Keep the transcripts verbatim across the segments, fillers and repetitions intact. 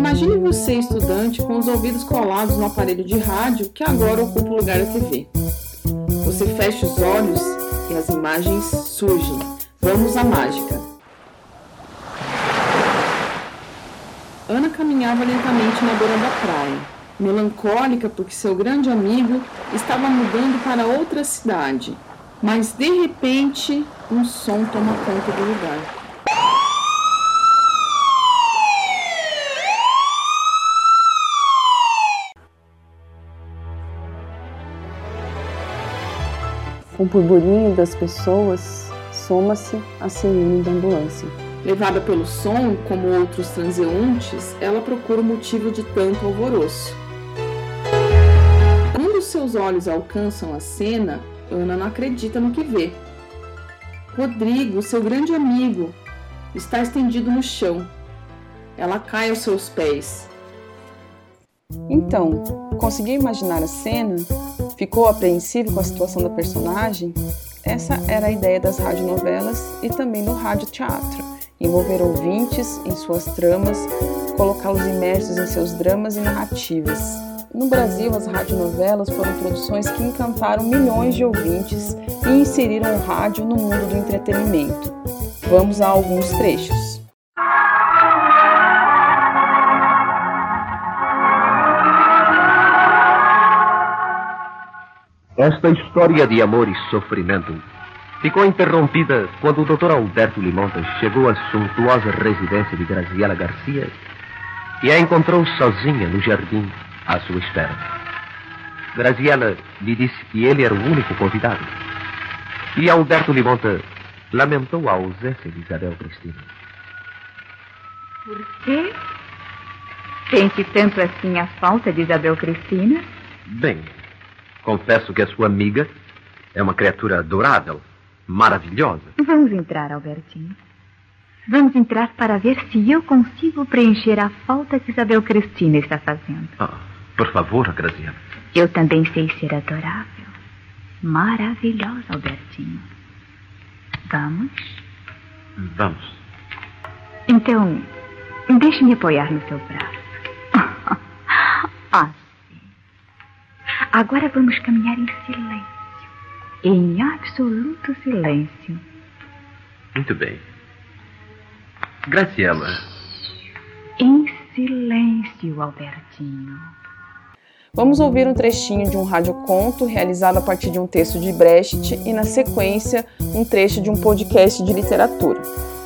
Imagine você, estudante, com os ouvidos colados no aparelho de rádio que agora ocupa o lugar da T V. Você fecha os olhos e as imagens surgem. Vamos à mágica. Ana caminhava lentamente na beira da praia, melancólica porque seu grande amigo estava mudando para outra cidade. Mas, de repente, um som toma conta do lugar. O burburinho das pessoas soma-se à sirene da ambulância. Levada pelo som, como outros transeuntes, ela procura o motivo de tanto alvoroço. Quando seus olhos alcançam a cena, Ana não acredita no que vê. Rodrigo, seu grande amigo, está estendido no chão. Ela cai aos seus pés. Então, conseguiu imaginar a cena? Ficou apreensivo com a situação da personagem? Essa era a ideia das radionovelas e também do radioteatro. Envolver ouvintes em suas tramas, colocá-los imersos em seus dramas e narrativas. No Brasil, as radionovelas foram produções que encantaram milhões de ouvintes e inseriram o rádio no mundo do entretenimento. Vamos a alguns trechos. Esta história de amor e sofrimento ficou interrompida quando o doutor Alberto Limontas chegou à suntuosa residência de Graziela Garcia e a encontrou sozinha no jardim à sua espera. Graziela lhe disse que ele era o único convidado e Alberto Limontas lamentou a ausência de Isabel Cristina. Por quê? Sente tanto assim a falta de Isabel Cristina? Bem, confesso que a sua amiga é uma criatura adorável, maravilhosa. Vamos entrar, Albertinho. Vamos entrar para ver se eu consigo preencher a falta que Isabel Cristina está fazendo. Ah, por favor, Graziela. Eu também sei ser adorável, maravilhosa, Albertinho. Vamos? Vamos. Então, deixe-me apoiar no seu braço. Ah, agora vamos caminhar em silêncio, em absoluto silêncio. Muito bem. Graziela. Em silêncio, Albertinho. Vamos ouvir um trechinho de um radioconto realizado a partir de um texto de Brecht e, na sequência, um trecho de um podcast de literatura.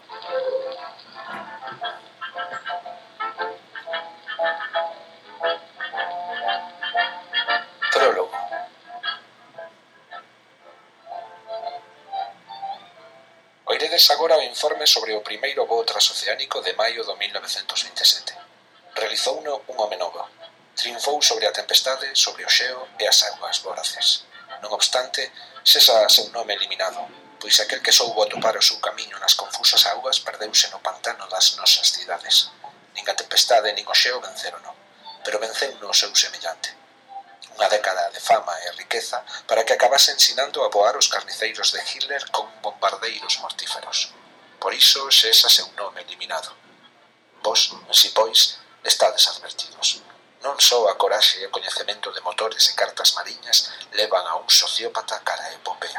Oiredes agora o informe sobre o primeiro voo transoceánico de maio do mil novecentos vinte e sete. Realizouno un home novo. Triunfou sobre a tempestade, sobre o xeo e as augas voraces. Non obstante, cesa seu nome eliminado, pois aquel que soubo atopar o seu camiño nas confusas augas perdeuse no pantano das nosas cidades. Nin a tempestade nin o xeo vencerono, pero venceuno o seu semellante. Unha década de fama e riqueza para que acabase ensinando a voar os carniceiros de Hitler con bombardeiros mortíferos. Por iso cesa seu nome eliminado. Vos, si pois, estades advertidos. Non só a coraxe e o coñecemento de motores e cartas mariñas levan a un sociópata cara a epopea.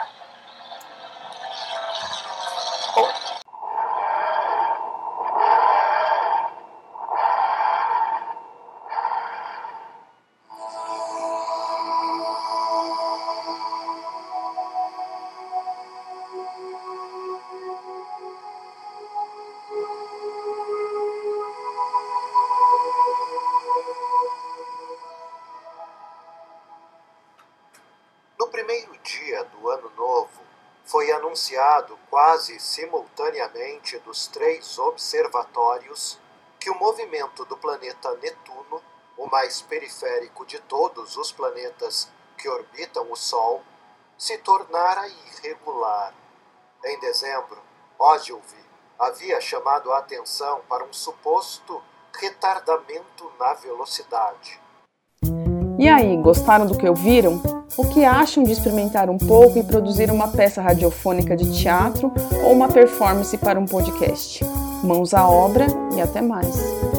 Oh. No primeiro dia do Ano Novo, foi anunciado quase simultaneamente dos três observatórios que o movimento do planeta Netuno, o mais periférico de todos os planetas que orbitam o Sol, se tornara irregular. Em dezembro, Ogilvy havia chamado a atenção para um suposto retardamento na velocidade. E aí, gostaram do que ouviram? O que acham de experimentar um pouco e produzir uma peça radiofônica de teatro ou uma performance para um podcast? Mãos à obra e até mais!